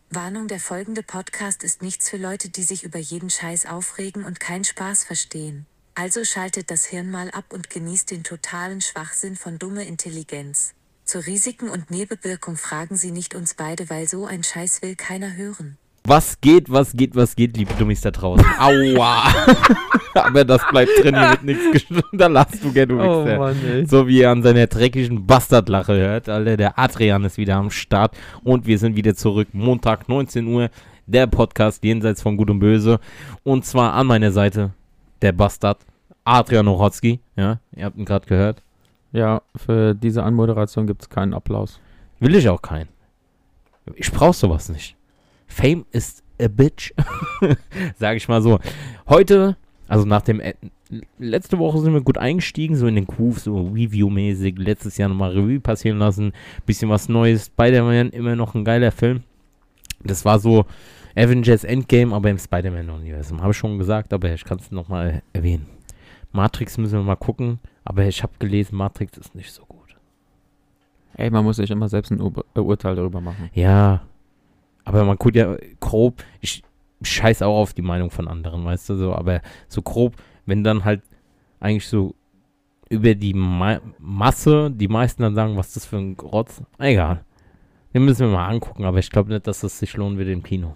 Warnung: Der folgende Podcast ist nichts für Leute, die sich über jeden Scheiß aufregen und keinen Spaß verstehen. Also schaltet das Hirn mal ab und genießt den totalen Schwachsinn von dumme Intelligenz. Zu Risiken und Nebenwirkung fragen Sie nicht uns beide, weil so ein Scheiß will keiner hören. Was geht, liebe Dummies da draußen? Aua! Aber das bleibt drin, hier wird nichts geschnitten. Da lachst du, gell, du Wichser. Mann, ey. So wie ihr an seiner dreckigen Bastardlache hört. Alter, der Adrian ist wieder am Start. Und wir sind wieder zurück. Montag, 19 Uhr. Der Podcast jenseits von Gut und Böse. Und zwar an meiner Seite der Bastard Adrian Ochotski. Ja, ihr habt ihn gerade gehört. Ja, für diese Anmoderation gibt es keinen Applaus. Will ich auch keinen. Ich brauch sowas nicht. Fame is a bitch. Sag ich mal so. Heute, also nach dem, letzte Woche sind wir gut eingestiegen, so in den Groove, so Review-mäßig. Letztes Jahr nochmal Revue passieren lassen. Bisschen was Neues. Spider-Man, immer noch ein geiler Film. Das war so Avengers Endgame, aber im Spider-Man-Universum. Habe ich schon gesagt, aber ich kann es nochmal erwähnen. Matrix müssen wir mal gucken, aber ich habe gelesen, Matrix ist nicht so gut. Ey, man muss sich immer selbst ein Urteil darüber machen. Ja, aber man guckt ja grob, ich scheiß auch auf die Meinung von anderen, weißt du, so, aber so grob, wenn dann halt eigentlich so über die Masse, die meisten dann sagen, was ist das für ein Rotz, egal. Den müssen wir mal angucken, aber ich glaube nicht, dass es sich lohnen würde im Kino.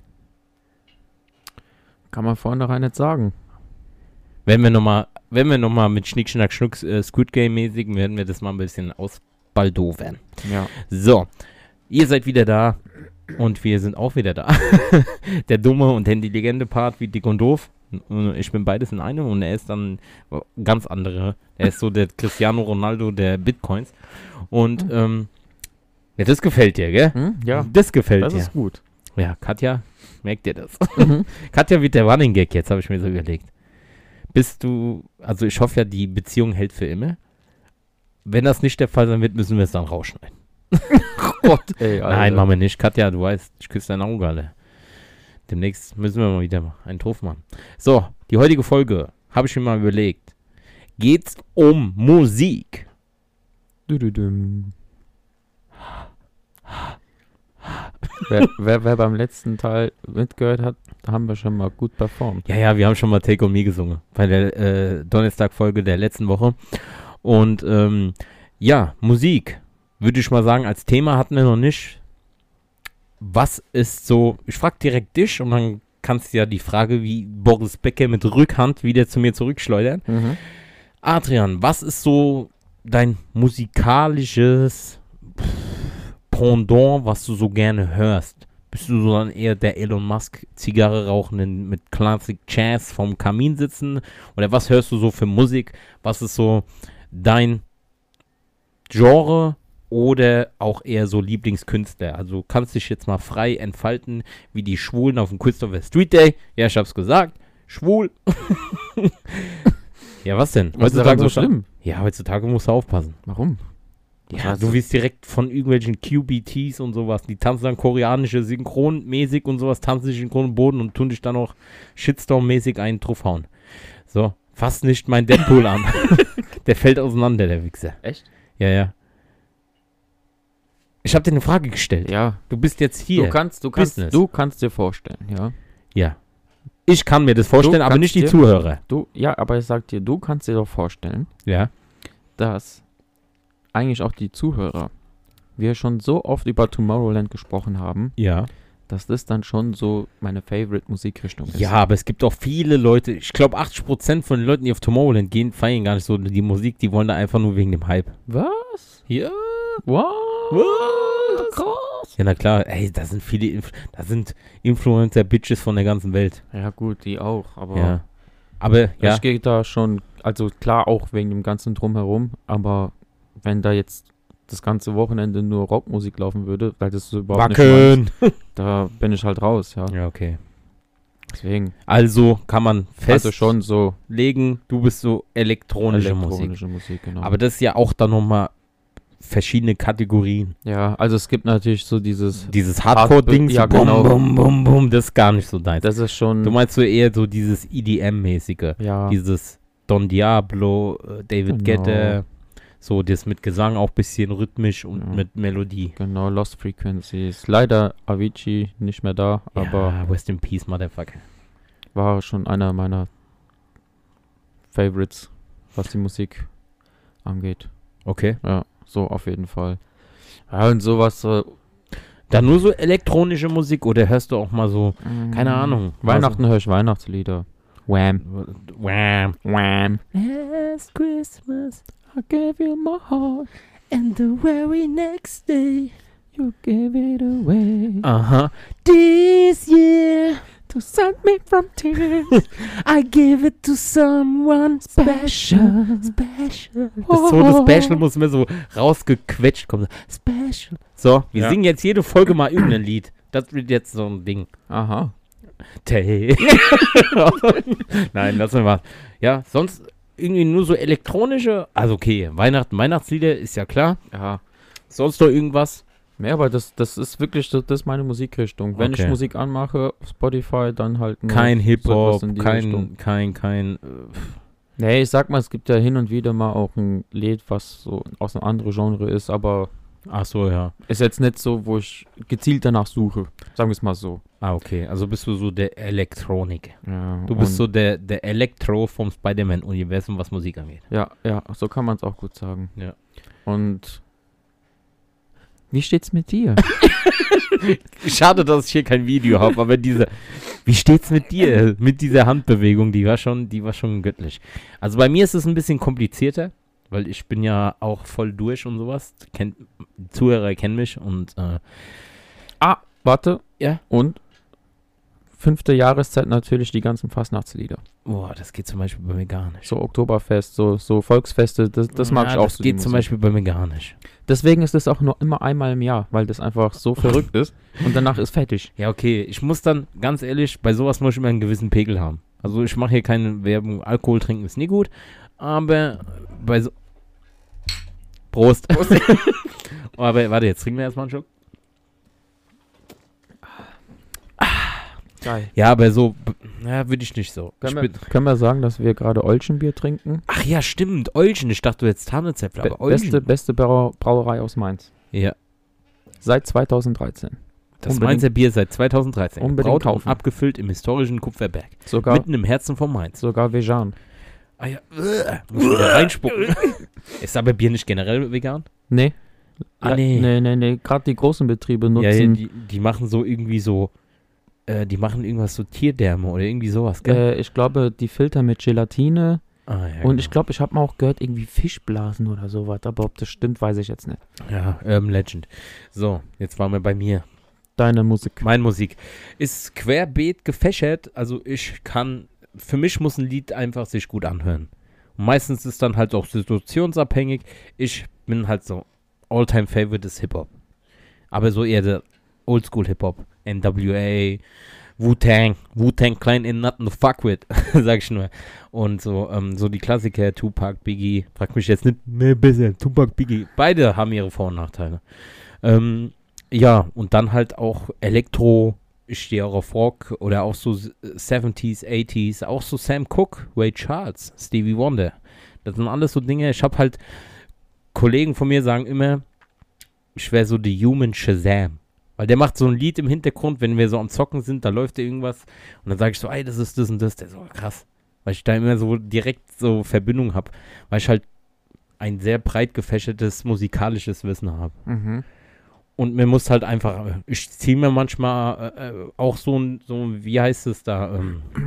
Kann man vornherein nicht sagen. Wenn wir nochmal mit Schnick, Schnack, Schnuck, Squid Game-mäßig, werden wir das mal ein bisschen ausbaldowern. Ja. So, ihr seid wieder da und wir sind auch wieder da. Der dumme und intelligente Part wie dick und doof. Ich bin beides in einem und er ist dann ganz andere. Er ist so der Cristiano Ronaldo der Bitcoins. Und ja, das gefällt dir, gell? Ja, das gefällt dir. das ist gut. Ja, Katja, merkt ihr das? Katja wird der Running Gag jetzt, habe ich mir so überlegt. Bist du, also ich hoffe ja, die Beziehung hält für immer. Wenn das nicht der Fall sein wird, müssen wir es dann rausschneiden. Gott, ey, Alter. Nein, machen wir nicht. Katja, du weißt, ich küsse dein Auge, alle. Demnächst müssen wir mal wieder einen Truff machen. So, die heutige Folge, habe ich mir mal überlegt, geht's um Musik. Düdüdüm. Wer beim letzten Teil mitgehört hat, haben wir schon mal gut performt. Ja, wir haben schon mal Take On Me gesungen bei der Donnerstag-Folge der letzten Woche. Und ja, Musik, würde ich mal sagen, als Thema hatten wir noch nicht. Was ist so, ich frage direkt dich und dann kannst du ja die Frage wie Boris Becker mit Rückhand wieder zu mir zurückschleudern. Adrian, was ist so dein musikalisches Pendant, was du so gerne hörst? Bist du so dann eher der Elon Musk Zigarre rauchenden mit Classic Jazz vom Kamin sitzen? Oder was hörst du so für Musik? Was ist so dein Genre oder auch eher so Lieblingskünstler? Also kannst dich jetzt mal frei entfalten, wie die Schwulen auf dem Christopher Street Day. Ja, ich hab's gesagt. Schwul. Ja, was denn? Was ist daran so schlimm? Ja, heutzutage musst du aufpassen. Warum? Ja, du wirst direkt von irgendwelchen QBTs und sowas, die tanzen dann koreanische Synchronmäßig und sowas, tanzen sich in Grund und Boden und tun dich dann auch Shitstorm-mäßig einen draufhauen. So, fass nicht mein Deadpool an. Der fällt auseinander, der Wichser. Echt? Ja. Ich habe dir eine Frage gestellt. Ja. Du bist jetzt hier. Du kannst dir vorstellen, ja. Ja. Ich kann mir das vorstellen, aber nicht die Zuhörer. Ja, aber ich sag dir, du kannst dir doch vorstellen, Ja. dass eigentlich auch die Zuhörer, wir schon so oft über Tomorrowland gesprochen haben, Ja. dass das dann schon so meine Favorite-Musikrichtung ist. Ja, aber es gibt auch viele Leute, ich glaube 80% von den Leuten, die auf Tomorrowland gehen, feiern gar nicht so die Musik, die wollen da einfach nur wegen dem Hype. Was? Ja. Was? Krass. Ja, na klar, ey, da sind viele, da sind Influencer-Bitches von der ganzen Welt. Ja gut, die auch, aber Ja. Aber, ja. ich gehe da schon, also klar auch wegen dem ganzen Drumherum, aber wenn da jetzt das ganze Wochenende nur Rockmusik laufen würde, weil das so überhaupt nicht Wacken! da bin ich halt raus, ja. Ja, okay. Deswegen. Also kann man Also schon so festlegen, du bist so elektronische Musik. Genau. Aber das ist ja auch dann nochmal verschiedene Kategorien. ja, also es gibt natürlich so dieses Hardcore-Ding, ja, so genau. bum, das ist gar nicht so deins. Das ist schon, Du meinst so eher so dieses EDM-mäßige, ja, dieses Don Diablo, David Genau. Guetta, So, das mit Gesang auch ein bisschen rhythmisch und Ja. mit Melodie. Genau, Lost Frequencies. Leider Avicii nicht mehr da, aber Ja, Rest in Peace, Motherfucker. war schon einer meiner Favorites, was die Musik angeht. Okay. Ja, so auf jeden Fall. Ja, und sowas. Dann nur so elektronische Musik oder hörst du auch mal so, keine Ahnung. Weihnachten höre ich Weihnachtslieder. Wham. Wham. Wham. Last Christmas I gave you my heart, and the very next day. you gave it away. Aha. This year To save me from tears. I give it to someone special. Special. Das so das Special muss mir so rausgequetscht kommen. Special. So, wir Ja. singen jetzt jede Folge mal irgendein Lied. Das wird jetzt so ein Ding. Aha. Nein, lass mal. Ja, sonst irgendwie nur so elektronische. Also okay, Weihnachtslieder ist ja klar. Ja. Sonst noch irgendwas? Ja, aber das ist wirklich, das ist meine Musikrichtung. Wenn ich Okay. Musik anmache, auf Spotify, dann halt nur Kein sowas Hip-Hop, in die Richtung. kein Nee, ich sag mal, es gibt ja hin und wieder mal auch ein Lied, was so aus einem anderen Genre ist, aber ach so, ja. ist jetzt nicht so, wo ich gezielt danach suche. Sagen wir es mal so. Ah, okay. Also bist du so der Elektronik. Ja, Du bist und- so der Elektro vom Spider-Man-Universum, was Musik angeht. Ja, so kann man es auch gut sagen. Ja. Und wie steht's mit dir? Schade, dass ich hier kein Video habe, aber wie steht's mit dir? Mit dieser Handbewegung, die war schon göttlich. Also bei mir ist es ein bisschen komplizierter, weil ich bin ja auch voll durch und sowas. Die Zuhörer kennen mich und Warte. Ja? Und 5. Jahreszeit natürlich die ganzen Fastnachtslieder. boah, das geht zum Beispiel bei mir gar nicht. So Oktoberfest, so Volksfeste, das mag ich auch Das so. die geht zum Musik. Beispiel bei mir gar nicht. Deswegen ist es auch nur immer einmal im Jahr, weil das einfach so verrückt ist und danach ist fertig. Ja, okay, ich muss dann, ganz ehrlich, bei sowas muss ich immer einen gewissen Pegel haben. Also ich mache hier keine Werbung, Alkohol trinken ist nie gut, aber bei so... Prost. Aber warte, jetzt trinken wir erstmal einen Schluck. Geil. Ja, aber so, ja, würde ich nicht so. Können wir sagen, dass wir gerade Olchenbier trinken? Ach ja, stimmt, Olchen. Ich dachte, du hättest Tannenzäpfle, aber Olchen. Beste Brauerei aus Mainz. Ja, Seit 2013. das Unbedingt- Mainzer Bier seit 2013. Unbedingt Gebraut und kaufen. abgefüllt im historischen Kupferberg. Sogar Mitten im Herzen von Mainz. vegan. Ah ja, muss wieder reinspucken. Ist aber Bier nicht generell vegan? Nee. Ah, nee. Nee. Gerade die großen Betriebe Ja, nutzen. die machen so irgendwie so, die machen irgendwas so Tierdärme oder irgendwie sowas, gell? Ich glaube, die Filter mit Gelatine. Ah, ja, Und ich genau. glaube, ich habe mal auch gehört, irgendwie Fischblasen oder sowas. Aber ob das stimmt, weiß ich jetzt nicht. Ja, Urban Legend. So, jetzt waren wir bei mir. Deine Musik. Meine Musik ist querbeet gefächert, also für mich muss ein Lied einfach sich gut anhören. Und meistens ist dann halt auch situationsabhängig. Ich bin halt so, All-Time Favorite ist Hip-Hop. Aber so eher der Oldschool-Hip-Hop. NWA, Wu-Tang Klein in nothing to fuck with, sag ich nur. Und so, so die Klassiker, Tupac, Biggie, frag mich jetzt nicht mehr besser, Tupac, Biggie, beide haben ihre Vor- und Nachteile. Ja, und dann halt auch Elektro, ich stehe auch auf Rock oder auch so 70s, 80s, auch so Sam Cooke, Ray Charles, Stevie Wonder. Das sind alles so Dinge, ich habe halt, Kollegen von mir sagen immer, ich wäre so die Human Shazam. Weil der macht so ein Lied im Hintergrund, wenn wir so am Zocken sind, da läuft irgendwas und dann sage ich so, ey, das ist das und das, der so, krass. Weil ich da immer so direkt so Verbindung habe, weil ich halt ein sehr breit gefächertes musikalisches Wissen habe. Mhm. Und mir muss halt einfach, ich ziehe mir manchmal auch so ein, wie heißt es da,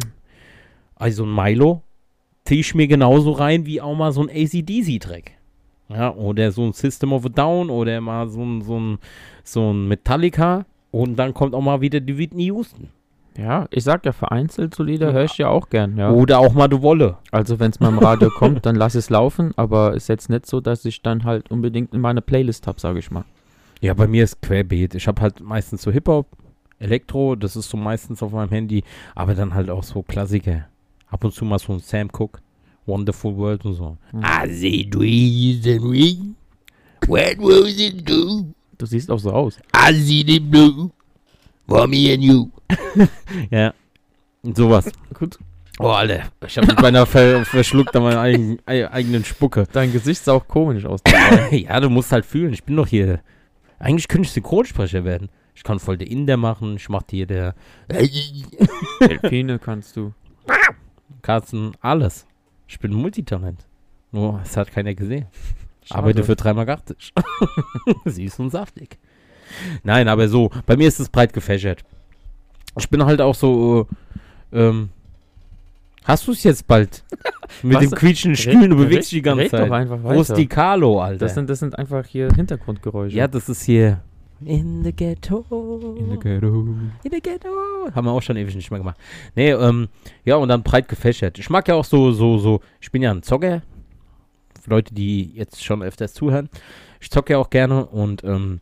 also ein Milo, ziehe ich mir genauso rein wie auch mal so ein AC/DC-Track. Ja, oder so ein System of a Down oder mal so ein Metallica und dann kommt auch mal wieder die Whitney Houston. Ja, ich sag ja, vereinzelt so Lieder höre ich ja auch gern, ja. Oder auch mal die Wolle. Also wenn es mal im Radio kommt, dann lass es laufen, aber ist jetzt nicht so, dass ich dann halt unbedingt in meine Playlist habe, sage ich mal. Ja, bei mir ist querbeet. Ich habe halt meistens so Hip-Hop, Elektro, das ist so meistens auf meinem Handy, aber dann halt auch so Klassiker. Ab und zu mal so ein Sam Cooke, Wonderful World und so. I see trees and ring, what was it do? Du siehst auch so aus. I see the blue, for me and you. Ja, und sowas. Gut. Oh, Alter, ich habe mich beinahe verschluckt an meiner eigenen Spucke. Dein Gesicht sah auch komisch aus. Ja, du musst halt fühlen. Ich bin doch hier. Eigentlich könnte ich Synchronsprecher werden. Ich kann voll der Inder machen. Ich mach dir der Delfine kannst du. Katzen, alles. Ich bin Multitalent. Nur, es hat keiner gesehen. Schade. Arbeite für 3,80 Mark. Süß und saftig. Nein, aber so, bei mir ist es breit gefächert. Ich bin halt auch so, hast du es jetzt bald? Mit dem quietschenden Stühlen, du bewegst dich die ganze Zeit. Doch einfach Wo ist weiter. die Carlo, Alter? Das sind einfach hier Hintergrundgeräusche. Ja, das ist hier in the ghetto. Ghetto. In the ghetto. Haben wir auch schon ewig nicht mehr gemacht. Nee, ja, und dann breit gefächert. Ich mag ja auch so, ich bin ja ein Zocker. Für Leute, die jetzt schon öfters zuhören. Ich zocke ja auch gerne und,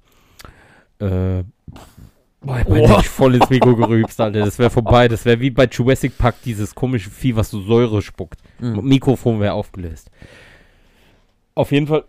boah, ich bin echt voll ins Mikro gerübst, Alter. Das wäre vorbei. Das wäre wie bei Jurassic Park, dieses komische Vieh, was so Säure spuckt. Mikrofon wäre aufgelöst. Auf jeden Fall.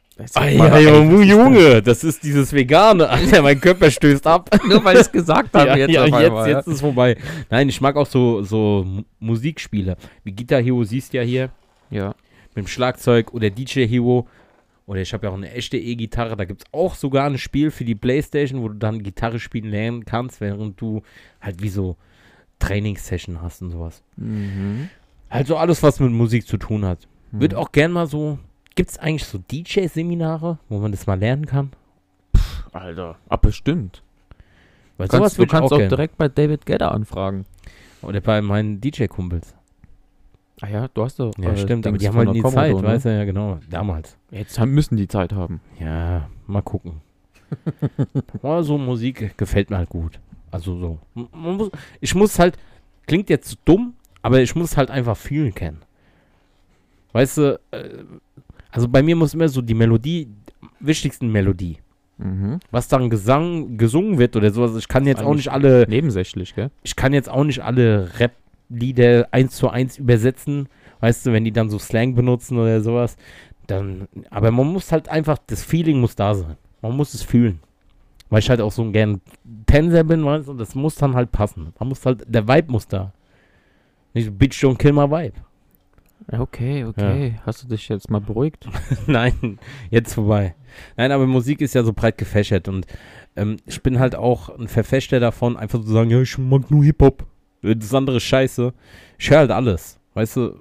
Junge, das ist dieses Vegane. Alter, mein Körper stößt ab. Nur weil ich es gesagt habe. Jetzt ist es vorbei. Nein, ich mag auch so Musikspiele. Wie Guitar Hero siehst du ja hier. Ja. Mit dem Schlagzeug oder DJ Hero. Oder ich habe ja auch eine echte E-Gitarre. Da gibt es auch sogar ein Spiel für die Playstation, wo du dann Gitarre spielen lernen kannst, während du halt wie so Trainingssession hast und sowas. Mhm. Also alles, was mit Musik zu tun hat. Wird auch gern mal so. Gibt es eigentlich so DJ-Seminare, wo man das mal lernen kann? Alter. Bestimmt. Weil Du sowas würde ich kannst auch auch gern. direkt bei David Guetta anfragen. Oder bei meinen DJ-Kumpels. Ah ja, du hast doch. Ja, stimmt, aber Dings die haben von halt nie der Zeit, Commodore, weißt du, ja genau. Damals. Jetzt müssen die Zeit haben. Ja, mal gucken. Aber so Musik gefällt mir halt gut. Also so. Ich muss halt, klingt jetzt dumm, aber ich muss halt einfach fühlen können. Weißt du, also bei mir muss immer so die Melodie, wichtigsten Melodie. Mhm. Was dann gesungen wird oder sowas, ich kann jetzt auch Eigentlich nicht alle, Nebensächlich, gell? ich kann jetzt auch nicht alle Rap-Lieder 1:1 übersetzen, weißt du, wenn die dann so Slang benutzen oder sowas, dann, aber man muss halt einfach, das Feeling muss da sein. Man muss es fühlen. Weil ich halt auch so ein gern Tänzer bin, weißt du, das muss dann halt passen. Man muss halt, der Vibe muss da. Nicht Bitch, don't kill my Vibe. Okay. Hast du dich jetzt mal beruhigt? Nein, jetzt vorbei. Nein, aber Musik ist ja so breit gefächert und ich bin halt auch ein Verfechter davon, einfach zu sagen, ja, ich mag nur Hip-Hop. Das andere ist scheiße. Ich höre halt alles. Weißt du,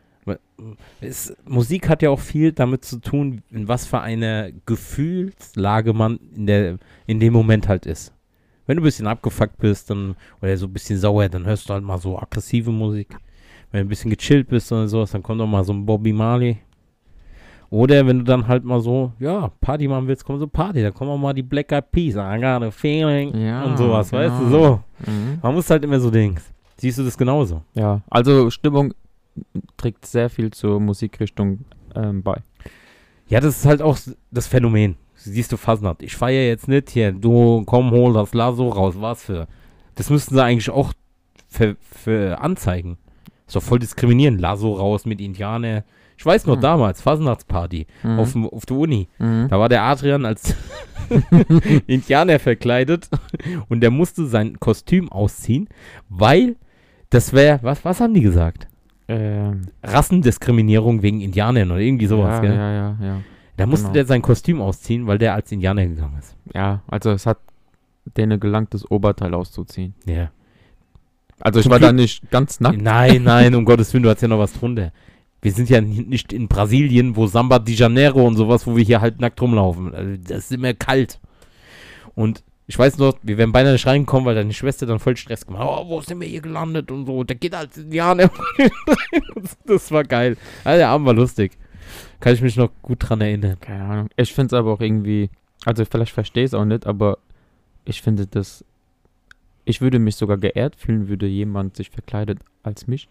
Musik hat ja auch viel damit zu tun, in was für eine Gefühlslage man in dem Moment halt ist. Wenn du ein bisschen abgefuckt bist dann, oder so ein bisschen sauer, dann hörst du halt mal so aggressive Musik. Wenn du ein bisschen gechillt bist oder sowas, dann kommt auch mal so ein Bobby Marley. Oder wenn du dann halt mal so, ja, Party machen willst, kommt so Party. Da kommen auch mal die Black Eyed Peas, I got a feeling Ja, und sowas, genau. weißt du, so. Mhm. Man muss halt immer so Dings. Siehst du das genauso? Ja, also Stimmung trägt sehr viel zur Musikrichtung bei. Ja, das ist halt auch das Phänomen. Siehst du Fasnacht. Ich feiere jetzt nicht hier, du komm, hol das Lasso raus, was für. Das müssten sie eigentlich auch für anzeigen. Ist doch voll diskriminierend. Lasso raus mit Indianer. Ich weiß noch damals, Fasnachtsparty auf der Uni. Mhm. Da war der Adrian als Indianer verkleidet und der musste sein Kostüm ausziehen, weil das wäre, was haben die gesagt? Rassendiskriminierung wegen Indianern oder irgendwie sowas, gell? Ja. Da musste genau. der sein Kostüm ausziehen, weil der als Indianer gegangen ist. Ja, also es hat denen gelangt, das Oberteil auszuziehen. Ja. Also ich Zum war Glück- da nicht ganz nackt. Nein, um Gottes Willen, du hast ja noch was drunter. Wir sind ja nicht in Brasilien, wo Samba de Janeiro und sowas, wo wir hier halt nackt rumlaufen. Also das ist immer kalt. Und ich weiß noch, wir wären beinahe nicht reingekommen, weil deine Schwester dann voll Stress gemacht hat. Oh, wo sind wir hier gelandet und so. Der geht als Indianer. Das war geil. Also der Abend war lustig. Kann ich mich noch gut dran erinnern. Keine Ahnung. Ich finde es aber auch irgendwie, also vielleicht verstehe ich es auch nicht, aber ich finde das, ich würde mich sogar geehrt fühlen, würde jemand sich verkleidet als mich.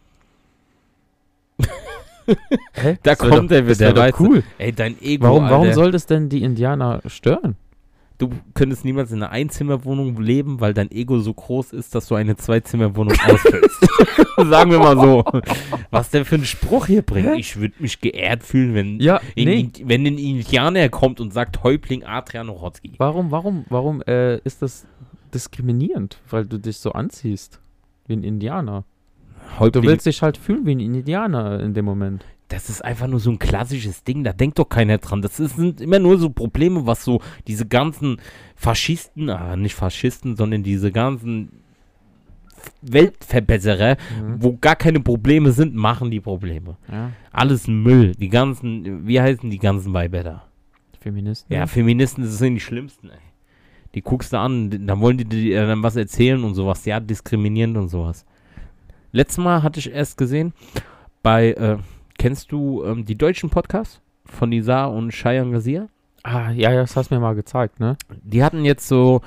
Hä? Da Das wär kommt doch- er das wieder, wär doch weißt du? cool. Ey, dein Ego, Warum Alter. soll das denn die Indianer stören? Du könntest niemals in einer Einzimmerwohnung leben, weil dein Ego so groß ist, dass du eine Zweizimmerwohnung ausfüllst. Sagen wir mal so. Was der für einen Spruch hier bringt. Ich würde mich geehrt fühlen, wenn, Ja, wenn ein Indianer kommt und sagt Häuptling Adrian Ochotski. Warum ist das diskriminierend? Weil du dich so anziehst wie ein Indianer. Du Häuptling. willst dich halt fühlen wie ein Indianer in dem Moment. Das ist einfach nur so ein klassisches Ding, da denkt doch keiner dran. Sind immer nur so Probleme, was so diese ganzen Faschisten, nicht Faschisten, sondern diese ganzen Weltverbesserer, wo gar keine Probleme sind, machen die Probleme. Ja. Alles Müll. Die ganzen, wie heißen die ganzen Weiber da? Feministen. Ja, Feministen, das sind die Schlimmsten, ey. Die guckst du an, dann wollen die dir dann was erzählen und sowas. Ja, diskriminierend und sowas. Letztes Mal hatte ich erst gesehen, kennst du die deutschen Podcasts von Nizar und Cheyenne Gazir? Ah, ja, das hast du mir mal gezeigt, ne? Die hatten jetzt so,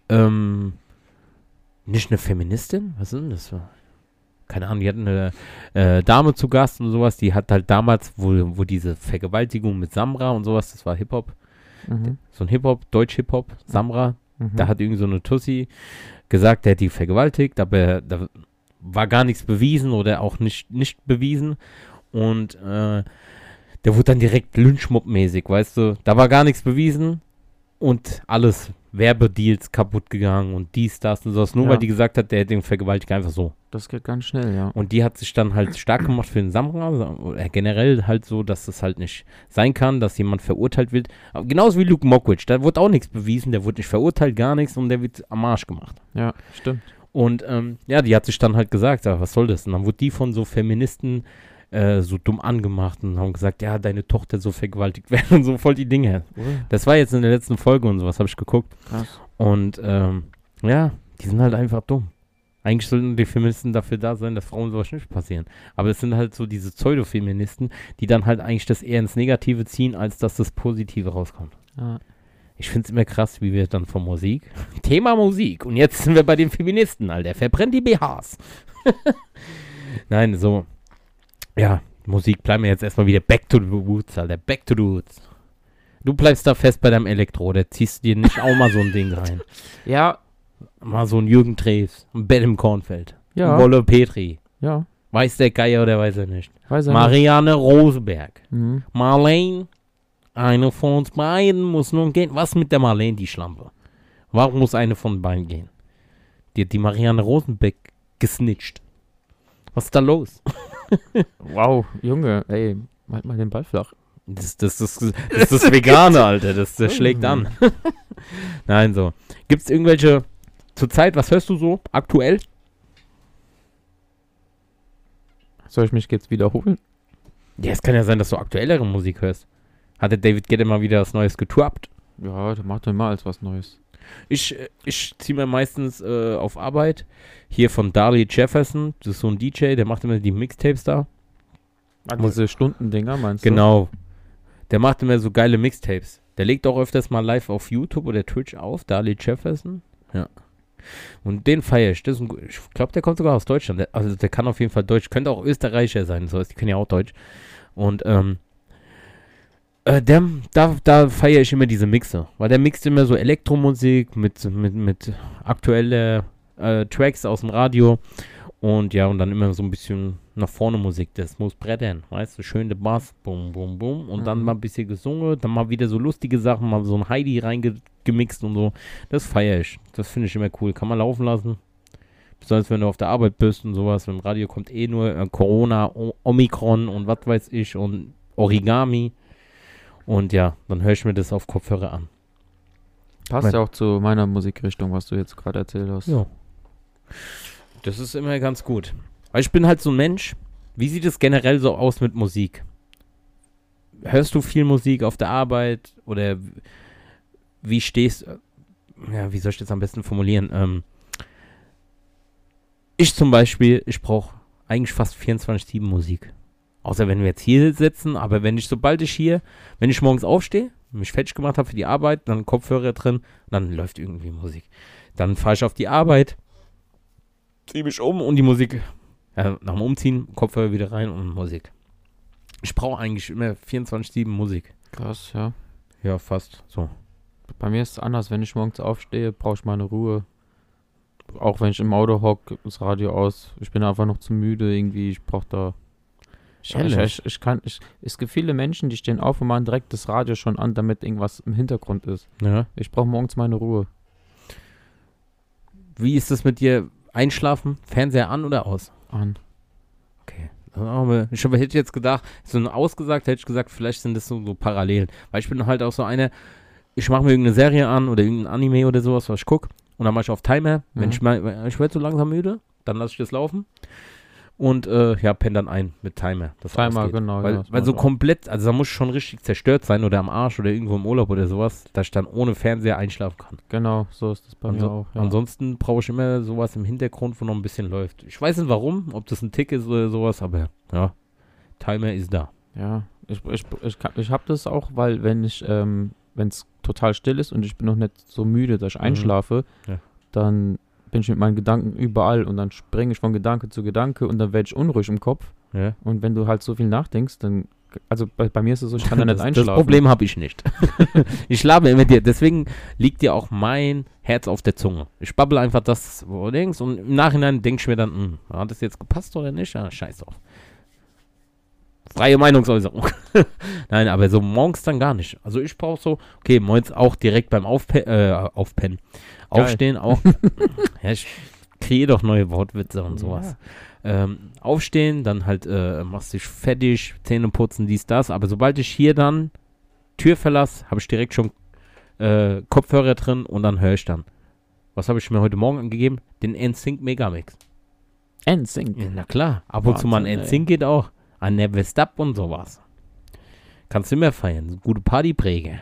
nicht eine Feministin? Was ist denn das? Keine Ahnung, die hatten eine Dame zu Gast und sowas, die hat halt damals, wo diese Vergewaltigung mit Samra und sowas, das war Hip-Hop, so ein Hip-Hop, Deutsch-Hip-Hop, Samra, da hat irgendwie so eine Tussi gesagt, der hat die vergewaltigt, aber da war gar nichts bewiesen oder auch nicht bewiesen und der wurde dann direkt Lynchmob-mäßig, weißt du, da war gar nichts bewiesen und alles Werbedeals kaputt gegangen und dies, das und sowas, nur weil die gesagt hat, der hat den vergewaltigt einfach so. Das geht ganz schnell, ja. Und die hat sich dann halt stark gemacht für den Samra, oder generell halt so, dass das halt nicht sein kann, dass jemand verurteilt wird. Aber genauso wie Luke Mockridge, da wurde auch nichts bewiesen, der wurde nicht verurteilt, gar nichts und der wird am Arsch gemacht. Ja, stimmt. Und die hat sich dann halt gesagt, ja, was soll das? Und dann wurde die von so Feministen so dumm angemacht und haben gesagt, ja, deine Tochter soll vergewaltigt werden und so voll die Dinge. Das war jetzt in der letzten Folge und sowas, habe ich geguckt. Krass. Und die sind halt einfach dumm. Eigentlich sollten die Feministen dafür da sein, dass Frauen sowas nicht passieren. Aber es sind halt so diese Pseudo-Feministen, die dann halt eigentlich das eher ins Negative ziehen, als dass das Positive rauskommt. Ja. Ich finde es immer krass, wie wir dann von Musik, Thema Musik, und jetzt sind wir bei den Feministen, Alter, verbrennt die BHs. Nein, so, ja, Musik, bleiben wir jetzt erstmal wieder back to the roots, Alter, back to the roots. Du bleibst da fest bei deinem Elektro, oder ziehst dir nicht auch mal so ein Ding rein? Ja. Mal so ein Jürgen Drews, ein Ben im Kornfeld, Ja. ein Wolle Petri. Ja. Weiß der Geier oder weiß er nicht? Weiß er Marianne Rosenberg. nicht. Marlene, eine von uns beiden muss nun gehen. Was mit der Marlene, die Schlampe? Warum muss eine von beiden gehen? Die hat die Marianne Rosenberg gesnitcht. Was ist da los? Wow, Junge, ey, halt mal den Ball flach. Das ist Vegane, Alter. Das schlägt an. Nein, so. Gibt es irgendwelche, zurzeit, was hörst du so aktuell? Soll ich mich jetzt wiederholen? Ja, es kann ja sein, dass du aktuellere Musik hörst. Hat der David Guetta mal wieder was Neues geturbt? Ja, der macht doch immer als was Neues. Ich ziehe mir meistens auf Arbeit hier von Darley Jefferson, das ist so ein DJ, der macht immer die Mixtapes da. Diese Stundendinger, meinst du? Genau. Der macht immer so geile Mixtapes. Der legt auch öfters mal live auf YouTube oder Twitch auf, Darley Jefferson. Ja. Und den feiere ich. Ich glaube, der kommt sogar aus Deutschland. Also der kann auf jeden Fall Deutsch. Könnte auch Österreicher sein. So, die können ja auch Deutsch. Und da feiere ich immer diese Mixe. Weil der mixt immer so Elektromusik mit aktuellen Tracks aus dem Radio. Und ja, und dann immer so ein bisschen nach vorne Musik. Das muss brettern. Weißt du, schön der Bass. Bum, bum, bum. Und dann mal ein bisschen gesungen. Dann mal wieder so lustige Sachen. Mal so ein Heidi reingemixt und so. Das feiere ich. Das finde ich immer cool. Kann man laufen lassen. Besonders wenn du auf der Arbeit bist und sowas. Im Radio kommt eh nur Corona, Omikron und was weiß ich und Origami. Und ja, dann höre ich mir das auf Kopfhörer an. Passt ja auch zu meiner Musikrichtung, was du jetzt gerade erzählt hast. Ja. Das ist immer ganz gut. Weil ich bin halt so ein Mensch. Wie sieht es generell so aus mit Musik? Hörst du viel Musik auf der Arbeit? Oder wie stehst ja, wie soll ich das am besten formulieren? Ich zum Beispiel, ich brauche eigentlich fast 24/7 Musik. Außer wenn wir jetzt hier sitzen, aber wenn ich morgens aufstehe, mich fertig gemacht habe für die Arbeit, dann Kopfhörer drin, dann läuft irgendwie Musik. Dann fahre ich auf die Arbeit, ziehe mich um und die Musik, nach dem Umziehen, Kopfhörer wieder rein und Musik. Ich brauche eigentlich immer 24/7 Musik. Krass, ja. Ja, fast so. Bei mir ist es anders. Wenn ich morgens aufstehe, brauche ich meine Ruhe. Auch wenn ich im Auto hocke, das Radio aus. Ich bin einfach noch zu müde irgendwie. Ich brauche da... Es gibt viele Menschen, die stehen auf und machen direkt das Radio schon an, damit irgendwas im Hintergrund ist. Ja. Ich brauche morgens meine Ruhe. Wie ist das mit dir? Einschlafen? Fernseher an oder aus? An. Okay. Aber hätte jetzt gedacht, so ausgesagt, hätte ich gesagt, vielleicht sind das so Parallelen. Weil ich bin halt auch so einer, ich mache mir irgendeine Serie an oder irgendein Anime oder sowas, was ich gucke. Und dann mache ich auf Timer. Wenn ich werde so langsam müde, dann lasse ich das laufen. Und penne dann ein mit Timer. Timer, genau. Weil so komplett, also da muss ich schon richtig zerstört sein oder am Arsch oder irgendwo im Urlaub oder sowas, dass ich dann ohne Fernseher einschlafen kann. Genau, so ist das bei mir auch. Ja. Ansonsten brauche ich immer sowas im Hintergrund, wo noch ein bisschen läuft. Ich weiß nicht warum, ob das ein Tick ist oder sowas, aber ja, Timer ist da. Ja, ich habe das auch, weil wenn es total still ist und ich bin noch nicht so müde, dass ich einschlafe, dann bin ich mit meinen Gedanken überall und dann springe ich von Gedanke zu Gedanke und dann werde ich unruhig im Kopf. Ja. Und wenn du halt so viel nachdenkst, dann, also bei mir ist es so, ich kann da nicht einschlafen. Das Problem habe ich nicht. Ich schlafe immer dir, deswegen liegt dir auch mein Herz auf der Zunge. Ich babbel einfach das, wo du denkst und im Nachhinein denke ich mir dann, hat das jetzt gepasst oder nicht? Ja, scheiß drauf. Freie Meinungsäußerung. Nein, aber so morgens dann gar nicht. Also ich brauche so, okay, morgens auch direkt beim Aufpennen. Aufstehen auch. Ja, ich kreiere doch neue Wortwitze und sowas. Aufstehen, dann halt machst dich fertig, Zähne putzen, dies, das. Aber sobald ich hier dann Tür verlasse, habe ich direkt schon Kopfhörer drin und dann höre ich dann. Was habe ich mir heute Morgen angegeben? Den NSYNC Megamix. NSYNC? Ja, na klar, ab und zu mal ein NSYNC geht auch. Ein Never Stop und sowas. Kannst du immer feiern. Gute Partypräge.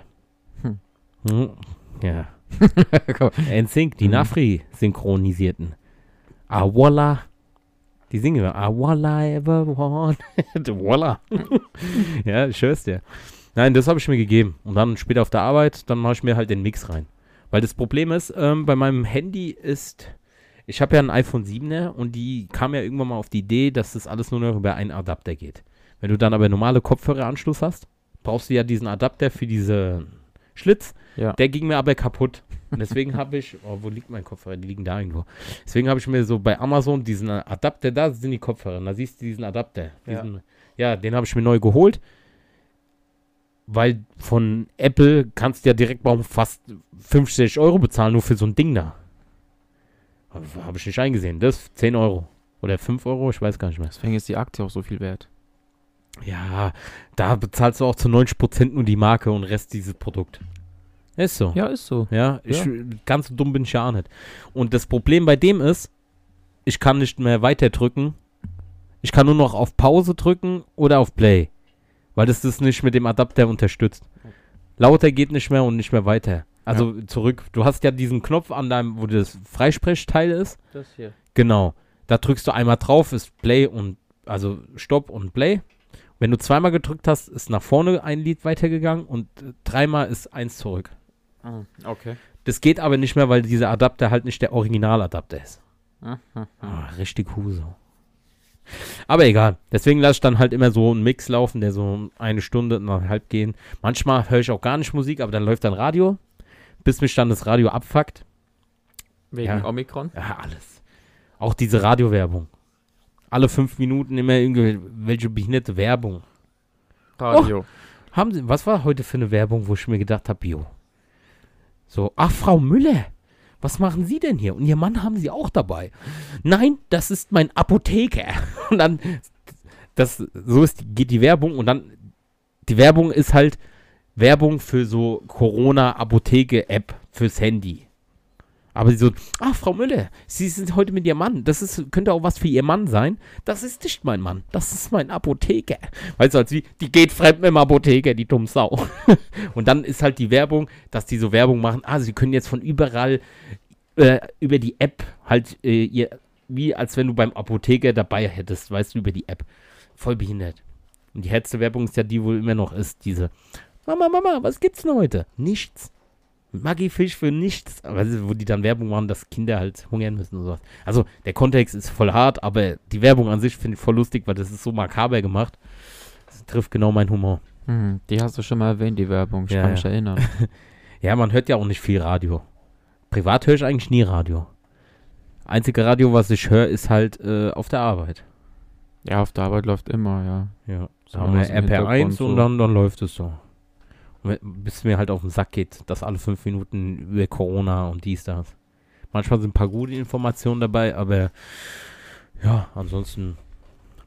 Ja. NSYNC, die Nafri synchronisierten. Voila. Die singen wir. All I ever want. Voila. Ja, ich hör's dir. Nein, das habe ich mir gegeben. Und dann später auf der Arbeit, dann mache ich mir halt den Mix rein. Weil das Problem ist, bei meinem Handy ist, ich habe ja ein iPhone 7er und die kam ja irgendwann mal auf die Idee, dass das alles nur noch über einen Adapter geht. Wenn du dann aber normale Kopfhöreranschluss hast, brauchst du ja diesen Adapter für diese Schlitz. Ja. Der ging mir aber kaputt. Und deswegen habe ich, wo liegt mein Kopfhörer? Die liegen da irgendwo. Deswegen habe ich mir so bei Amazon diesen Adapter, da sind die Kopfhörer. Da siehst du diesen Adapter. Den habe ich mir neu geholt. Weil von Apple kannst du ja direkt mal fast 50 € bezahlen, nur für so ein Ding da. Habe ich nicht eingesehen. Das 10 €. Oder 5 €, ich weiß gar nicht mehr. Deswegen ist die Aktie auch so viel wert. Ja, da bezahlst du auch zu 90% nur die Marke und Rest dieses Produkt. Ist so. Ja, ist so. Ja, ganz so dumm bin ich ja auch nicht. Und das Problem bei dem ist, ich kann nicht mehr weiter drücken. Ich kann nur noch auf Pause drücken oder auf Play. Weil das nicht mit dem Adapter unterstützt. Lauter geht nicht mehr und nicht mehr weiter. Also zurück. Du hast ja diesen Knopf an deinem, wo das Freisprechteil ist. Das hier. Genau. Da drückst du einmal drauf, ist Play und, also Stopp und Play. Wenn du zweimal gedrückt hast, ist nach vorne ein Lied weitergegangen und dreimal ist eins zurück. Okay. Das geht aber nicht mehr, weil dieser Adapter halt nicht der Originaladapter ist. Richtig Huse. Aber egal. Deswegen lasse ich dann halt immer so einen Mix laufen, der so 1 Stunde, 1,5 gehen. Manchmal höre ich auch gar nicht Musik, aber dann läuft dann Radio, bis mich dann das Radio abfuckt. Wegen Omikron? Ja, alles. Auch diese Radiowerbung. Alle 5 Minuten immer irgendwelche behinderte Werbung. Radio. Was war heute für eine Werbung, wo ich mir gedacht habe, so, ach, Frau Müller, was machen Sie denn hier? Und Ihr Mann haben Sie auch dabei. Nein, das ist mein Apotheker. Und dann, geht die Werbung und dann, die Werbung ist halt Werbung für so Corona-Apotheke-App fürs Handy. Aber sie so, ach, Frau Müller, Sie sind heute mit Ihrem Mann. Das könnte auch was für Ihr Mann sein. Das ist nicht mein Mann. Das ist mein Apotheker. Weißt du, als die geht fremd mit dem Apotheker, die dumme Sau. Und dann ist halt die Werbung, dass die so Werbung machen. Sie können jetzt von überall über die App halt, wie als wenn du beim Apotheker dabei hättest, weißt du, über die App. Voll behindert. Und die letzte Werbung ist ja die, wo immer noch ist, diese, Mama, was gibt's denn heute? Nichts. Maggi-Fisch für nichts. Aber wo die dann Werbung machen, dass Kinder halt hungern müssen und sowas. Also, der Kontext ist voll hart, aber die Werbung an sich finde ich voll lustig, weil das ist so makaber gemacht. Das trifft genau meinen Humor. Die hast du schon mal erwähnt, die Werbung. Ich kann mich erinnern. Ja, man hört ja auch nicht viel Radio. Privat höre ich eigentlich nie Radio. Einzige Radio, was ich höre, ist halt auf der Arbeit. Ja, auf der Arbeit läuft immer, Ja. Da haben wir RPR1 und dann läuft es so. Bis mir halt auf den Sack geht, dass alle 5 Minuten über Corona und dies, das. Manchmal sind ein paar gute Informationen dabei, aber ja, ansonsten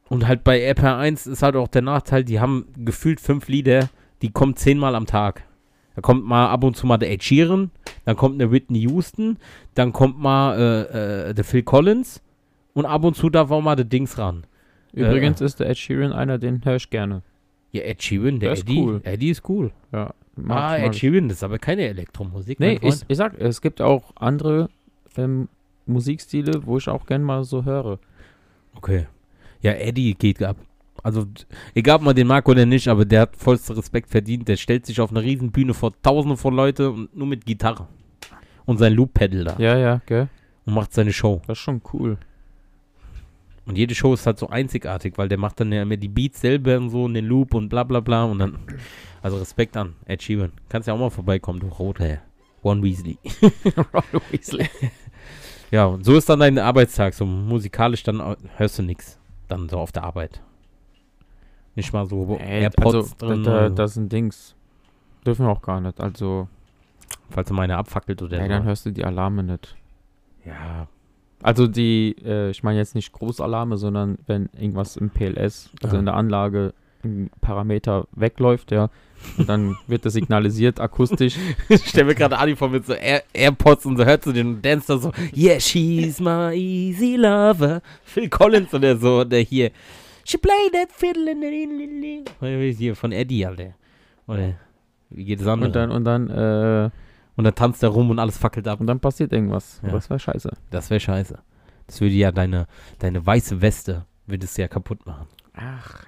Und halt bei RPR1 ist halt auch der Nachteil, die haben gefühlt 5 Lieder, die kommen 10-mal am Tag. Da kommt mal ab und zu mal der Ed Sheeran, dann kommt eine Whitney Houston, dann kommt mal der Phil Collins und ab und zu darf auch mal der Dings ran. Übrigens ist der Ed Sheeran einer, den höre ich gerne. Ja, Ed Sheeran, der ist Eddie. cool. Eddie ist cool. Ja, Ed Sheeran, das ist aber keine Elektromusik. Nee, mein Freund. ich sag, es gibt auch andere Musikstile, wo ich auch gerne mal so höre. Okay. Ja, Eddie geht ab. Also, egal ob man den mag oder nicht, aber der hat vollsten Respekt verdient. Der stellt sich auf eine riesen Bühne vor Tausenden von Leuten und nur mit Gitarre. Und sein Loop-Pedal da. Ja, gell? Und macht seine Show. Das ist schon cool. Und jede Show ist halt so einzigartig, weil der macht dann ja immer die Beats selber und so und den Loop und bla bla bla. Und dann, also Respekt an Ed Sheeran. Kannst ja auch mal vorbeikommen, du Rothair. Ron Weasley. Ron Weasley. Ja, und so ist dann dein Arbeitstag. So musikalisch, dann hörst du nichts. Dann so auf der Arbeit. Nicht mal so AirPods drin. Das sind Dings. Dürfen wir auch gar nicht. Also. Falls du meine abfackelt oder so. Dann hörst du die Alarme nicht. Ja. Also die, ich meine jetzt nicht Großalarme, sondern wenn irgendwas im PLS, also in der Anlage, ein Parameter wegläuft, ja, und dann wird das signalisiert akustisch. Ich stelle mir gerade Adi vor mit so AirPods und so hört du den Dance da so, yeah, she's my easy lover. Phil Collins oder so, der hier, she played that fiddle in the hier von Eddie, Alter. Oder wie geht es an? Und dann tanzt er rum und alles fackelt ab. Und dann passiert irgendwas. Ja. Das wäre scheiße. Das wäre scheiße. Das würde ja deine weiße Weste, würde es ja kaputt machen. Ach,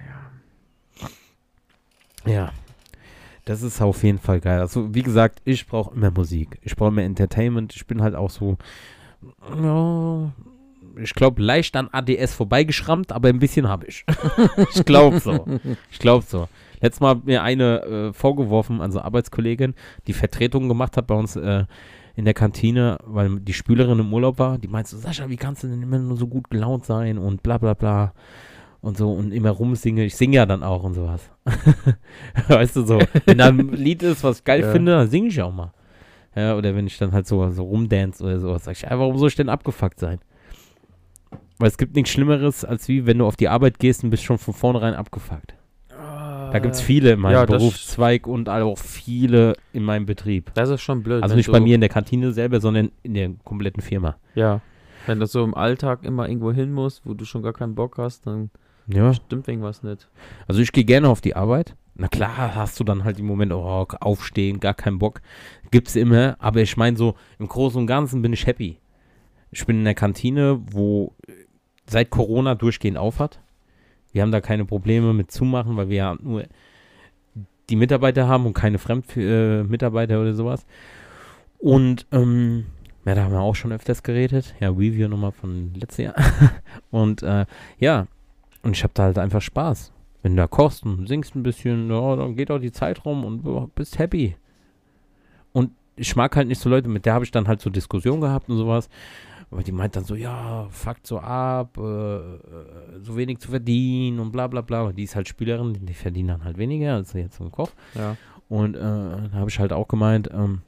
ja. Ja. Das ist auf jeden Fall geil. Also, wie gesagt, ich brauche immer Musik. Ich brauche mehr Entertainment. Ich bin halt auch so, ja, ich glaube, leicht an ADS vorbeigeschrammt, aber ein bisschen habe ich. Ich glaube so. Letztes Mal hat mir eine vorgeworfen, also Arbeitskollegin, die Vertretung gemacht hat bei uns in der Kantine, weil die Spülerin im Urlaub war. Die meinte so, Sascha, wie kannst du denn immer nur so gut gelaunt sein und bla bla bla und so und immer rumsinge. Ich singe ja dann auch und sowas. Weißt du so, wenn da ein Lied ist, was ich geil finde, dann singe ich auch mal. Ja, oder wenn ich dann halt so rumdance oder sowas, sag ich, warum soll ich denn abgefuckt sein? Weil es gibt nichts Schlimmeres, als wie wenn du auf die Arbeit gehst und bist schon von vornherein abgefuckt. Da gibt es viele in meinem Berufszweig und auch viele in meinem Betrieb. Das ist schon blöd. Also nicht bei mir in der Kantine selber, sondern in der kompletten Firma. Ja, wenn du so im Alltag immer irgendwo hin musst, wo du schon gar keinen Bock hast, dann stimmt irgendwas nicht. Also ich gehe gerne auf die Arbeit. Na klar, hast du dann halt im Moment aufstehen, gar keinen Bock. Gibt's immer, aber ich meine so, im Großen und Ganzen bin ich happy. Ich bin in der Kantine, wo seit Corona durchgehend auf hat. Wir haben da keine Probleme mit zumachen, weil wir ja nur die Mitarbeiter haben und keine Fremdmitarbeiter oder sowas. Und da haben wir auch schon öfters geredet. Ja, Review nochmal von letztes Jahr. Und und ich habe da halt einfach Spaß. Wenn du da kochst und singst ein bisschen, ja, dann geht auch die Zeit rum und du bist happy. Und ich mag halt nicht so Leute, mit der habe ich dann halt so Diskussionen gehabt und sowas. Aber die meint dann so, ja, fuckt so ab, so wenig zu verdienen und bla bla bla. Die ist halt Spielerin, die verdienen dann halt weniger als jetzt so ein Koch. Ja. Und da habe ich halt auch gemeint,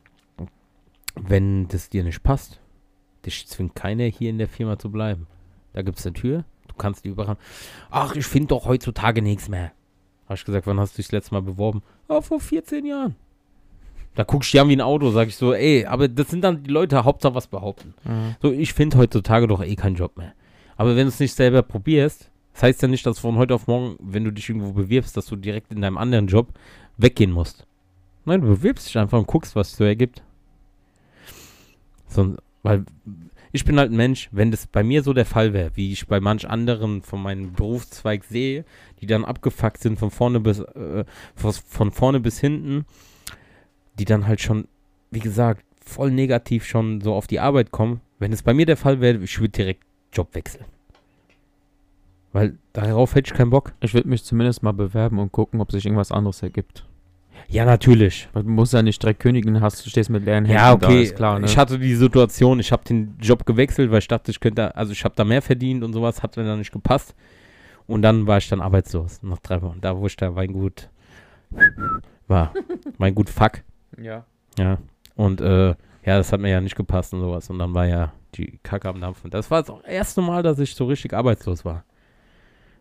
wenn das dir nicht passt, dich zwingt keiner hier in der Firma zu bleiben. Da gibt es eine Tür, du kannst die überall. Ach, ich finde doch heutzutage nichts mehr. Habe ich gesagt, wann hast du dich das letzte Mal beworben? Vor 14 Jahren. Da guckst du ja wie ein Auto, sag ich so, aber das sind dann die Leute, Hauptsache was behaupten. Mhm. So, ich finde heutzutage doch keinen Job mehr. Aber wenn du es nicht selber probierst, das heißt ja nicht, dass von heute auf morgen, wenn du dich irgendwo bewirbst, dass du direkt in deinem anderen Job weggehen musst. Nein, du bewirbst dich einfach und guckst, was es so ergibt. So, weil ich bin halt ein Mensch, wenn das bei mir so der Fall wäre, wie ich bei manch anderen von meinem Berufszweig sehe, die dann abgefuckt sind von vorne bis hinten, die dann halt schon, wie gesagt, voll negativ schon so auf die Arbeit kommen. Wenn es bei mir der Fall wäre, ich würde direkt Job wechseln. Weil darauf hätte ich keinen Bock. Ich würde mich zumindest mal bewerben und gucken, ob sich irgendwas anderes ergibt. Ja, natürlich. Weil du musst ja nicht direkt kündigen, du stehst mit leeren Händen ja, okay. da, ist klar, ne? Ich hatte die Situation, ich habe den Job gewechselt, weil ich dachte, ich habe da mehr verdient und sowas, hat mir dann nicht gepasst. Und dann war ich dann arbeitslos, nach 3 Wochen. Da, wo ich da Weingut war. Weingut Fuck. Ja. Ja. Und das hat mir ja nicht gepasst und sowas. Und dann war ja die Kacke am Dampfen. Das war das erste Mal, dass ich so richtig arbeitslos war.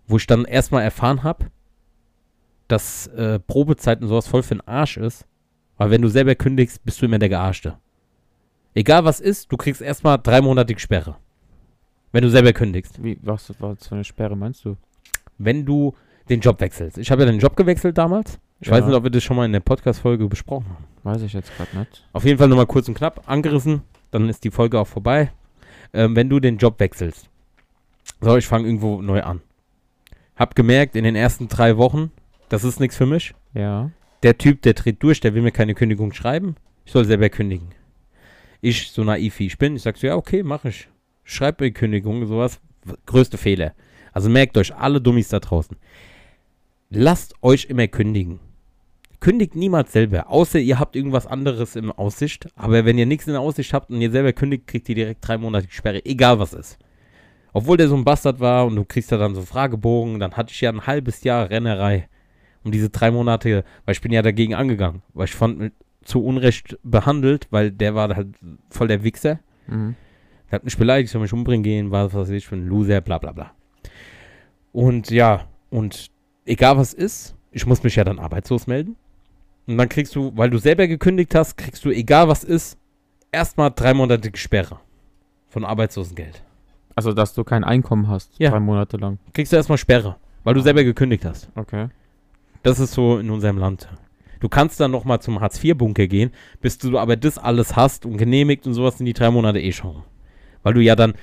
wo ich dann erstmal erfahren habe, dass Probezeit und sowas voll für den Arsch ist. Weil wenn du selber kündigst, bist du immer der Gearschte. Egal was ist, du kriegst erstmal 3-monatige Sperre. Wenn du selber kündigst. Was für eine Sperre meinst du? Wenn du den Job wechselst. Ich habe ja den Job gewechselt damals. Ich weiß nicht, ob wir das schon mal in der Podcast-Folge besprochen haben. Weiß ich jetzt gerade nicht. Auf jeden Fall nochmal kurz und knapp angerissen. Dann ist die Folge auch vorbei. Wenn du den Job wechselst. So, ich fange irgendwo neu an. Hab gemerkt, in den ersten 3 Wochen, das ist nichts für mich. Ja. Der Typ, der dreht durch, der will mir keine Kündigung schreiben. Ich soll selber kündigen. Ich, so naiv wie ich bin, ich sag so, ja, okay, mach ich. Schreib mir Kündigung, sowas. Größte Fehler. Also merkt euch, alle Dummies da draußen. Lasst euch immer kündigen. Kündigt niemals selber, außer ihr habt irgendwas anderes in Aussicht. Aber wenn ihr nichts in Aussicht habt und ihr selber kündigt, kriegt ihr direkt 3-monatige Sperre, egal was ist. Obwohl der so ein Bastard war und du kriegst da dann so Fragebogen, dann hatte ich ja ein halbes Jahr Rennerei um diese 3 Monate, weil ich bin ja dagegen angegangen, weil ich fand zu Unrecht behandelt, weil der war halt voll der Wichser. Mhm. Der hat mich beleidigt, soll mich umbringen gehen, was weiß ich, für ein Loser, bla bla bla. Und ja, und egal was ist, ich muss mich ja dann arbeitslos melden. Und dann kriegst du, weil du selber gekündigt hast, kriegst du, egal was ist, erstmal 3-monatige Sperre von Arbeitslosengeld. Also, dass du kein Einkommen hast, Ja. 3 Monate lang. Kriegst du erstmal Sperre, weil du selber gekündigt hast. Okay. Das ist so in unserem Land. Du kannst dann nochmal zum Hartz-IV-Bunker gehen, bis du aber das alles hast und genehmigt und sowas, sind die 3 Monate eh schon. Weil du ja dann,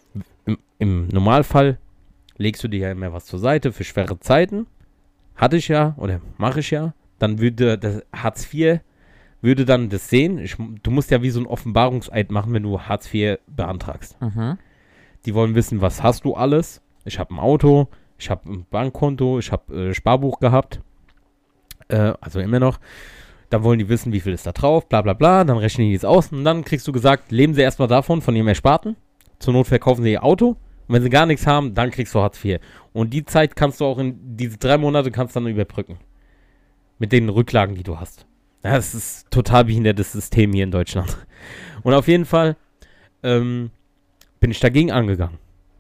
im Normalfall, legst du dir ja immer was zur Seite für schwere Zeiten. Hatte ich ja, oder mache ich ja. Dann würde das Hartz IV, würde dann das sehen. Du musst ja wie so ein Offenbarungseid machen, wenn du Hartz IV beantragst. Mhm. Die wollen wissen, was hast du alles. Ich habe ein Auto, ich habe ein Bankkonto, ich habe Sparbuch gehabt. Also immer noch. Dann wollen die wissen, wie viel ist da drauf, bla bla bla. Dann rechnen die es aus und dann kriegst du gesagt, leben sie erstmal davon, von ihrem Ersparten. Zur Not verkaufen sie ihr Auto. Und wenn sie gar nichts haben, dann kriegst du Hartz IV. Und die Zeit kannst du auch in diese 3 Monate kannst du dann überbrücken. Mit den Rücklagen, die du hast. Das ist total behindertes System hier in Deutschland. Und auf jeden Fall bin ich dagegen angegangen.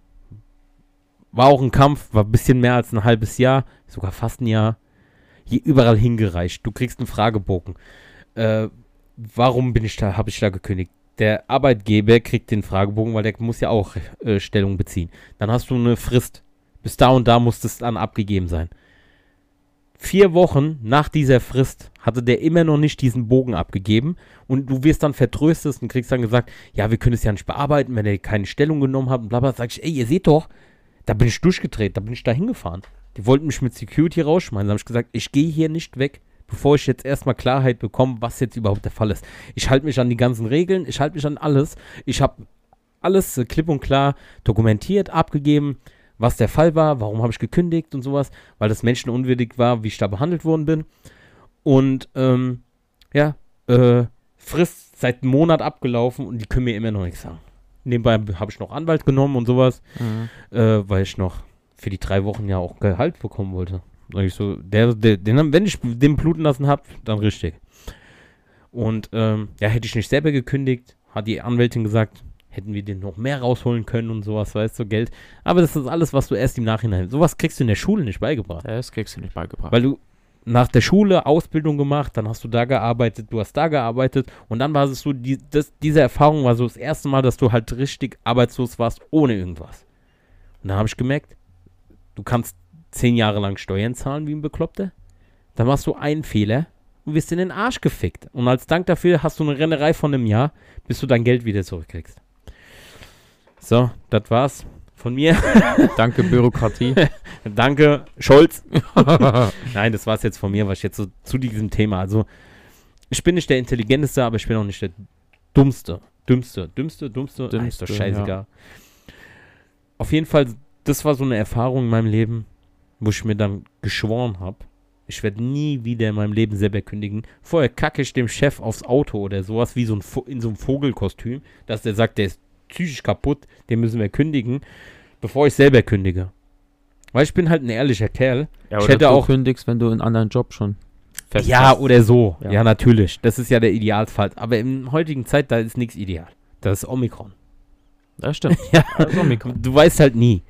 War auch ein Kampf, war ein bisschen mehr als ein halbes Jahr, sogar fast ein Jahr. Hier überall hingereicht. Du kriegst einen Fragebogen. Warum habe ich da gekündigt? Der Arbeitgeber kriegt den Fragebogen, weil der muss ja auch Stellung beziehen. Dann hast du eine Frist. Bis da und da muss es dann abgegeben sein. 4 Wochen nach dieser Frist hatte der immer noch nicht diesen Bogen abgegeben und du wirst dann vertröstet und kriegst dann gesagt, ja, wir können es ja nicht bearbeiten, wenn er keine Stellung genommen hat und bla bla. Sag ich, ey, ihr seht doch, da bin ich durchgedreht, da bin ich da hingefahren. Die wollten mich mit Security rausschmeißen. Da habe ich gesagt, ich gehe hier nicht weg, bevor ich jetzt erstmal Klarheit bekomme, was jetzt überhaupt der Fall ist. Ich halte mich an die ganzen Regeln, ich halte mich an alles. Ich habe alles klipp und klar dokumentiert, abgegeben, was der Fall war, warum habe ich gekündigt und sowas, weil das menschenunwürdig war, wie ich da behandelt worden bin. Und Frist seit einem Monat abgelaufen und die können mir immer noch nichts sagen. Nebenbei habe ich noch Anwalt genommen und sowas, weil ich noch für die 3 Wochen ja auch Gehalt bekommen wollte. Und ich so, wenn ich den bluten lassen habe, dann richtig. Und hätte ich nicht selber gekündigt, hat die Anwältin gesagt, hätten wir den noch mehr rausholen können und sowas, weißt du, Geld. Aber das ist alles, was du erst im Nachhinein, sowas kriegst du in der Schule nicht beigebracht. Das kriegst du nicht beigebracht. Weil du nach der Schule Ausbildung gemacht, dann hast du da gearbeitet, du hast da gearbeitet und dann war es so, diese Erfahrung war so das erste Mal, dass du halt richtig arbeitslos warst, ohne irgendwas. Und dann habe ich gemerkt, du kannst 10 Jahre lang Steuern zahlen wie ein Bekloppter, dann machst du einen Fehler und wirst in den Arsch gefickt. Und als Dank dafür hast du eine Rennerei von einem Jahr, bis du dein Geld wieder zurückkriegst. So, das war's von mir. Danke, Bürokratie. Danke, Scholz. Nein, das war's jetzt von mir, was ich jetzt so zu diesem Thema. Also, ich bin nicht der Intelligenteste, aber ich bin auch nicht der Dümmste. Dümmste. Ist doch scheißegal. Ja. Auf jeden Fall, das war so eine Erfahrung in meinem Leben, wo ich mir dann geschworen habe, ich werde nie wieder in meinem Leben selber kündigen. Vorher kacke ich dem Chef aufs Auto oder sowas, wie in so einem Vogelkostüm, dass der sagt, der ist psychisch kaputt, den müssen wir kündigen, bevor ich selber kündige. Weil ich bin halt ein ehrlicher Kerl. Ja, ich hätte du auch kündigst, wenn du einen anderen Job schon fest ja, hast. oder so. Ja. Ja, natürlich. Das ist ja der Idealfall. Aber in heutigen Zeit, da ist nichts ideal. Das ist Omikron. Das stimmt. Ja, Das ist Omikron. du weißt halt nie.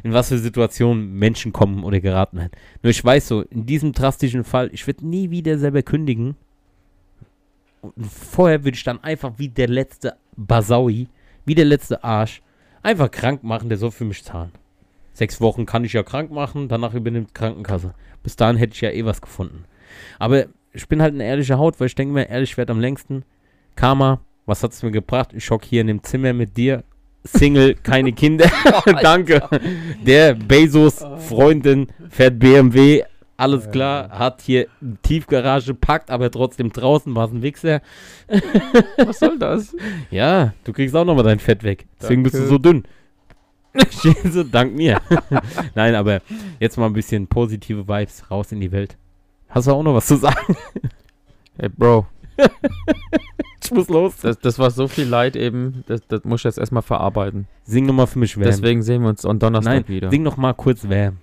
in was für Situationen Menschen kommen oder geraten werden. Nur ich weiß so, in diesem drastischen Fall, ich würde nie wieder selber kündigen. Und vorher würde ich dann einfach wie der letzte Basaui, wie der letzte Arsch, einfach krank machen, der soll für mich zahlen. 6 Wochen kann ich ja krank machen, danach übernimmt Krankenkasse. Bis dahin hätte ich ja eh was gefunden. Aber ich bin halt eine ehrliche Haut, weil ich denke mir, ehrlich wert am längsten. Karma, was hat es mir gebracht? Ich hocke hier in dem Zimmer mit dir, Single, keine Kinder. Danke. Der Bezos, Freundin, fährt BMW, alles klar, hat hier eine Tiefgarage, packt aber trotzdem draußen, war ein Wichser. Was soll das? Ja, du kriegst auch nochmal dein Fett weg. Deswegen Danke. bist du so dünn. So, dank mir. Nein, aber jetzt mal ein bisschen positive Vibes raus in die Welt. Hast du auch noch was zu sagen? Hey, Bro. Ich muss los. Das war so viel Leid eben, das muss ich jetzt erstmal verarbeiten. Sing nochmal für mich Wham. Deswegen sehen wir uns am Donnerstag Nein, wieder. sing noch mal kurz Wham.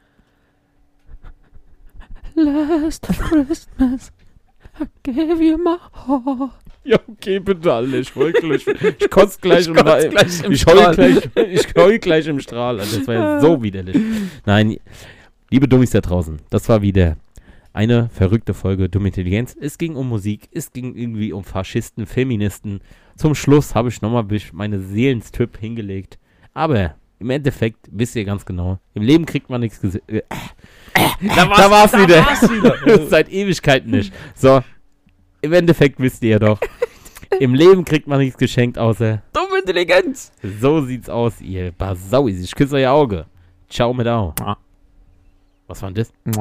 Last Christmas, I gave you my heart. Ja, okay, bitte, Alter. Ich heul gleich. Ich kotze gleich, Ich kotz gleich im ich Strahl. heul gleich im Strahl. Alter. Das war ja so widerlich. Nein, liebe Dummies da draußen, das war wieder eine verrückte Folge Dumme Intelligenz. Es ging um Musik, es ging irgendwie um Faschisten, Feministen. Zum Schluss habe ich nochmal meine Seelenstrip hingelegt. Aber im Endeffekt wisst ihr ganz genau, im Leben kriegt man nichts gesehen. Da war's wieder. Seit Ewigkeiten nicht. So, im Endeffekt wisst ihr ja doch, im Leben kriegt man nichts geschenkt, außer Dumme Intelligenz. so sieht's aus, ihr Basauis. Ich küsse euer Auge. Ciao mit Au. Ah. Was war denn das?